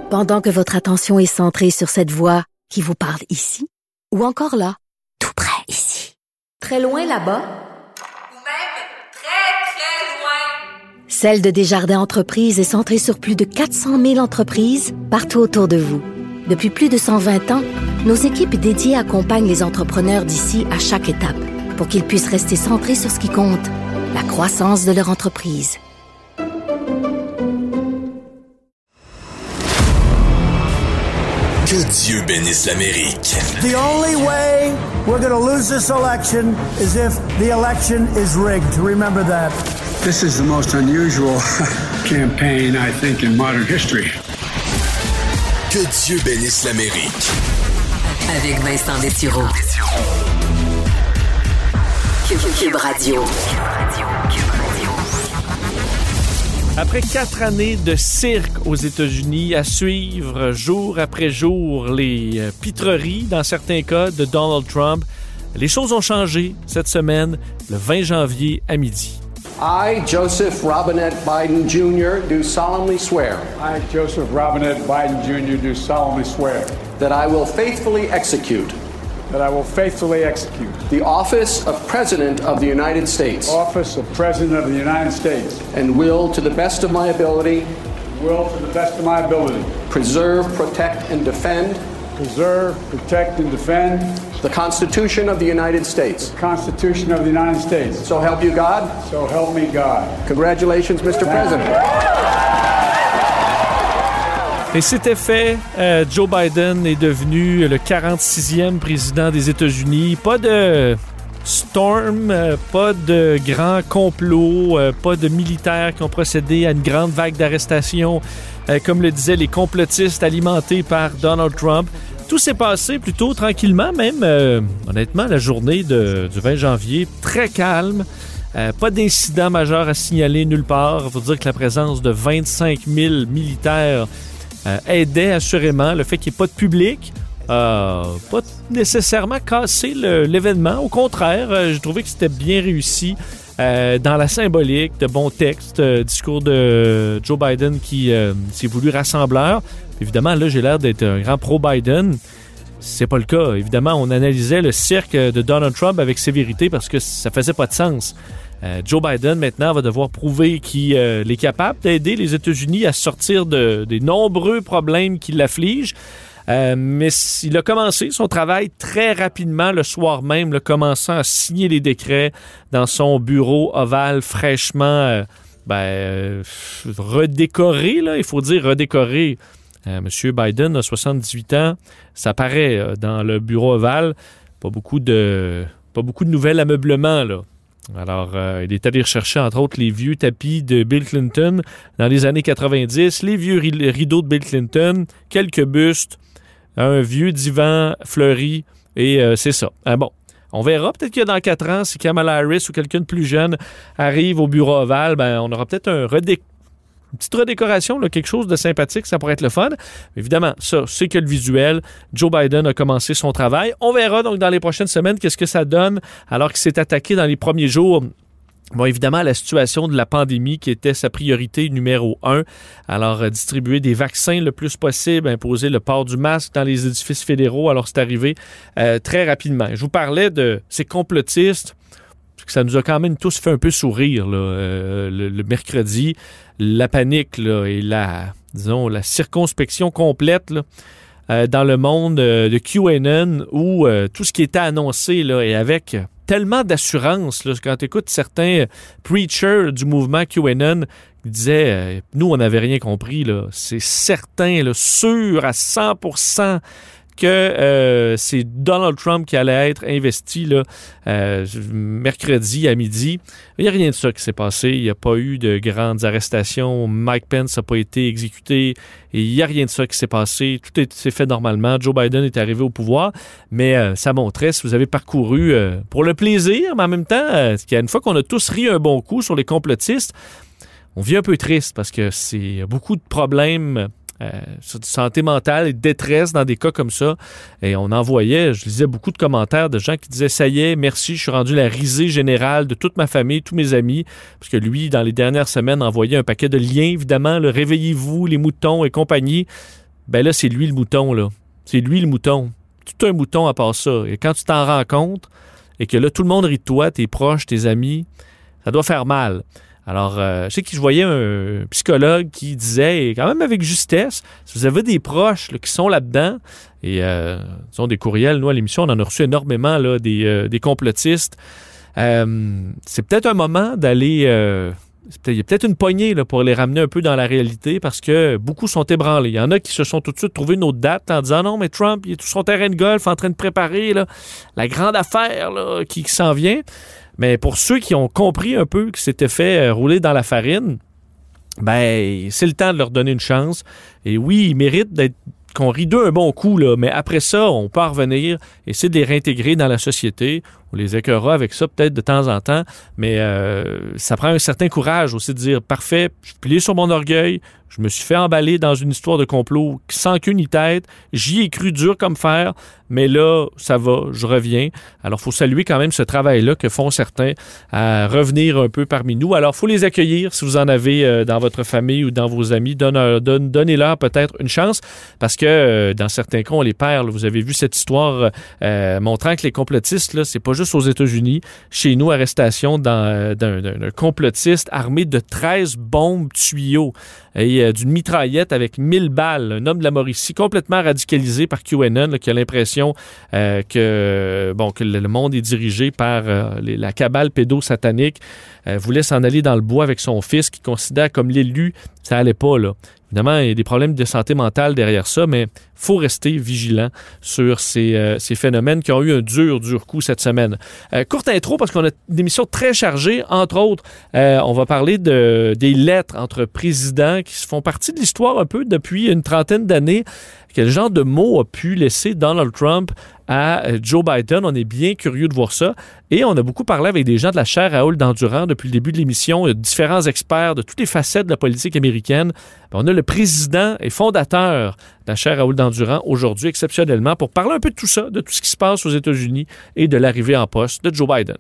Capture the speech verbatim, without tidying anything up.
Pendant que votre attention est centrée sur cette voix qui vous parle ici, ou encore là, tout près ici, très loin là-bas, ou même très, très loin. Celle de Desjardins Entreprises est centrée sur plus de quatre cent mille entreprises partout autour de vous. Depuis plus de cent vingt ans, nos équipes dédiées accompagnent les entrepreneurs d'ici à chaque étape pour qu'ils puissent rester centrés sur ce qui compte, la croissance de leur entreprise. Que Dieu bénisse l'Amérique. The only way we're going to lose this election is if the election is rigged. Remember that. This is the most unusual campaign, I think, in modern history. Que Dieu bénisse l'Amérique. Avec Vincent Dessureau. Cube Radio. Après quatre années de cirque aux États-Unis, à suivre jour après jour les pitreries, dans certains cas, de Donald Trump, les choses ont changé cette semaine, le vingt janvier à midi. I, Joseph Robinette Biden Junior, do solemnly swear. I, Joseph Robinette Biden Junior, do solemnly swear. That I will faithfully execute. That I will faithfully execute. The office of President of the United States. Office of President of the United States. And will, to the best of my ability. Will, to the best of my ability. Preserve, protect, and defend. Preserve, protect, and defend. The Constitution of the United States. The Constitution of the United States. So help you God. So help me God. Congratulations, Mister President. Et c'était fait, euh, Joe Biden est devenu le quarante-sixième président des États-Unis. Pas de storm, euh, pas de grand complot, euh, pas de militaires qui ont procédé à une grande vague d'arrestations, euh, comme le disaient les complotistes alimentés par Donald Trump. Tout s'est passé plutôt tranquillement, même, euh, honnêtement, la journée de, du vingt janvier, très calme. Euh, pas d'incident majeur à signaler nulle part. Il faut dire que la présence de vingt-cinq mille militaires euh, aidait assurément. Le fait qu'il n'y ait pas de public euh, pas nécessairement cassé le, l'événement. Au contraire, euh, j'ai trouvé que c'était bien réussi. Euh, dans la symbolique, de bons textes, euh, discours de Joe Biden qui euh, s'est voulu rassembleur. Évidemment, là, j'ai l'air d'être un grand pro-Biden. C'est pas le cas. Évidemment, on analysait le cirque de Donald Trump avec sévérité parce que ça faisait pas de sens. Euh, Joe Biden, maintenant, va devoir prouver qu'il euh, est capable d'aider les États-Unis à sortir de, des nombreux problèmes qui l'affligent. Euh, mais il a commencé son travail très rapidement le soir même, le commençant à signer les décrets dans son bureau ovale fraîchement euh, ben, euh, redécoré, là, il faut dire redécoré. Euh, Monsieur Biden a soixante-dix-huit ans, ça paraît euh, dans le bureau ovale, pas beaucoup de, pas beaucoup de nouvel ameublement, là. Alors, euh, il est allé rechercher, entre autres, les vieux tapis de Bill Clinton dans les années quatre-vingt-dix, les vieux rideaux de Bill Clinton, quelques bustes, un vieux divan fleuri, et euh, c'est ça. Ah bon, on verra. Peut-être que dans quatre ans, si Kamala Harris ou quelqu'un de plus jeune arrive au bureau ovale, ben, on aura peut-être un redé- une petite redécoration, là, quelque chose de sympathique, ça pourrait être le fun. Évidemment, ça, c'est que le visuel. Joe Biden a commencé son travail. On verra donc dans les prochaines semaines qu'est-ce que ça donne alors qu'il s'est attaqué dans les premiers jours. Bon, évidemment, la situation de la pandémie qui était sa priorité numéro un. Alors, euh, distribuer des vaccins le plus possible, imposer le port du masque dans les édifices fédéraux. Alors, c'est arrivé euh, très rapidement. Je vous parlais de ces complotistes. Ça nous a quand même tous fait un peu sourire là, euh, le, le mercredi. La panique là, et la, disons, la circonspection complète là, euh, dans le monde euh, de QAnon où euh, tout ce qui était annoncé là, et avec tellement d'assurance, là, quand tu écoutes certains preachers du mouvement QAnon qui disaient euh, « Nous, on n'avait rien compris, là. C'est certain, là, sûr à cent pour cent que euh, c'est Donald Trump qui allait être investi là, euh, mercredi à midi. » Il n'y a rien de ça qui s'est passé. Il n'y a pas eu de grandes arrestations. Mike Pence n'a pas été exécuté. Et il n'y a rien de ça qui s'est passé. Tout est, s'est fait normalement. Joe Biden est arrivé au pouvoir. Mais euh, ça montrait, si vous avez parcouru euh, pour le plaisir, mais en même temps, euh, une fois qu'on a tous ri un bon coup sur les complotistes, on vit un peu triste parce que c'est beaucoup de problèmes Euh, sur de santé mentale et de détresse dans des cas comme ça. Et on en voyait, je lisais beaucoup de commentaires de gens qui disaient « Ça y est, merci, je suis rendu la risée générale de toute ma famille, tous mes amis. » Parce que lui, dans les dernières semaines, envoyait un paquet de liens, évidemment, le « Réveillez-vous, les moutons et compagnie ». ben là, c'est lui le mouton, là. C'est lui le mouton. Tout un mouton à part ça. Et quand tu t'en rends compte et que là, tout le monde rit de toi, tes proches, tes amis, ça doit faire mal. Alors, euh, je sais que je voyais un psychologue qui disait, et quand même avec justesse, si vous avez des proches là, qui sont là-dedans, et euh, disons des courriels, nous à l'émission, on en a reçu énormément, là, des, euh, des complotistes, euh, c'est peut-être un moment d'aller... Euh, il y a peut-être une poignée là, pour les ramener un peu dans la réalité parce que beaucoup sont ébranlés. Il y en a qui se sont tout de suite trouvé une autre date en disant non, mais Trump, il est tout son terrain de golf en train de préparer là, la grande affaire là, qui, qui s'en vient. Mais pour ceux qui ont compris un peu que c'était fait euh, rouler dans la farine, ben c'est le temps de leur donner une chance. Et oui, ils méritent d'être qu'on rit d'eux un bon coup, là, mais après ça, on peut en revenir, essayer de les réintégrer dans la société. On les écœurera avec ça peut-être de temps en temps, mais euh, ça prend un certain courage aussi de dire « Parfait, je suis plié sur mon orgueil, je me suis fait emballer dans une histoire de complot sans queue ni tête, j'y ai cru dur comme fer, mais là, ça va, je reviens. » Alors, il faut saluer quand même ce travail-là que font certains à revenir un peu parmi nous. Alors, il faut les accueillir si vous en avez euh, dans votre famille ou dans vos amis. Donne, donne, donnez-leur peut-être une chance parce que euh, dans certains cas, on les perd. Là. Vous avez vu cette histoire euh, montrant que les complotistes, là, c'est pas juste aux États-Unis. Chez nous, arrestation dans, d'un, d'un complotiste armé de treize bombes tuyaux et euh, d'une mitraillette avec mille balles. Un homme de la Mauricie complètement radicalisé par Q A N O N là, qui a l'impression euh, que, bon, que le monde est dirigé par euh, les, la cabale pédosatanique. Euh, voulait s'en aller dans le bois avec son fils qu'il considère comme l'élu. Ça allait pas, là. Évidemment, il y a des problèmes de santé mentale derrière ça, mais il faut rester vigilant sur ces, euh, ces phénomènes qui ont eu un dur, dur coup cette semaine. Euh, courte intro parce qu'on a une émission très chargée. Entre autres, euh, on va parler de, des lettres entre présidents qui font partie de l'histoire un peu depuis une trentaine d'années. Quel genre de mots a pu laisser Donald Trump à Joe Biden? On est bien curieux de voir ça. Et on a beaucoup parlé avec des gens de la chaire Raoul Dandurand depuis le début de l'émission. Il y a différents experts de toutes les facettes de la politique américaine. On a le président et fondateur de la chaire Raoul Dandurand aujourd'hui, exceptionnellement, pour parler un peu de tout ça, de tout ce qui se passe aux États-Unis et de l'arrivée en poste de Joe Biden.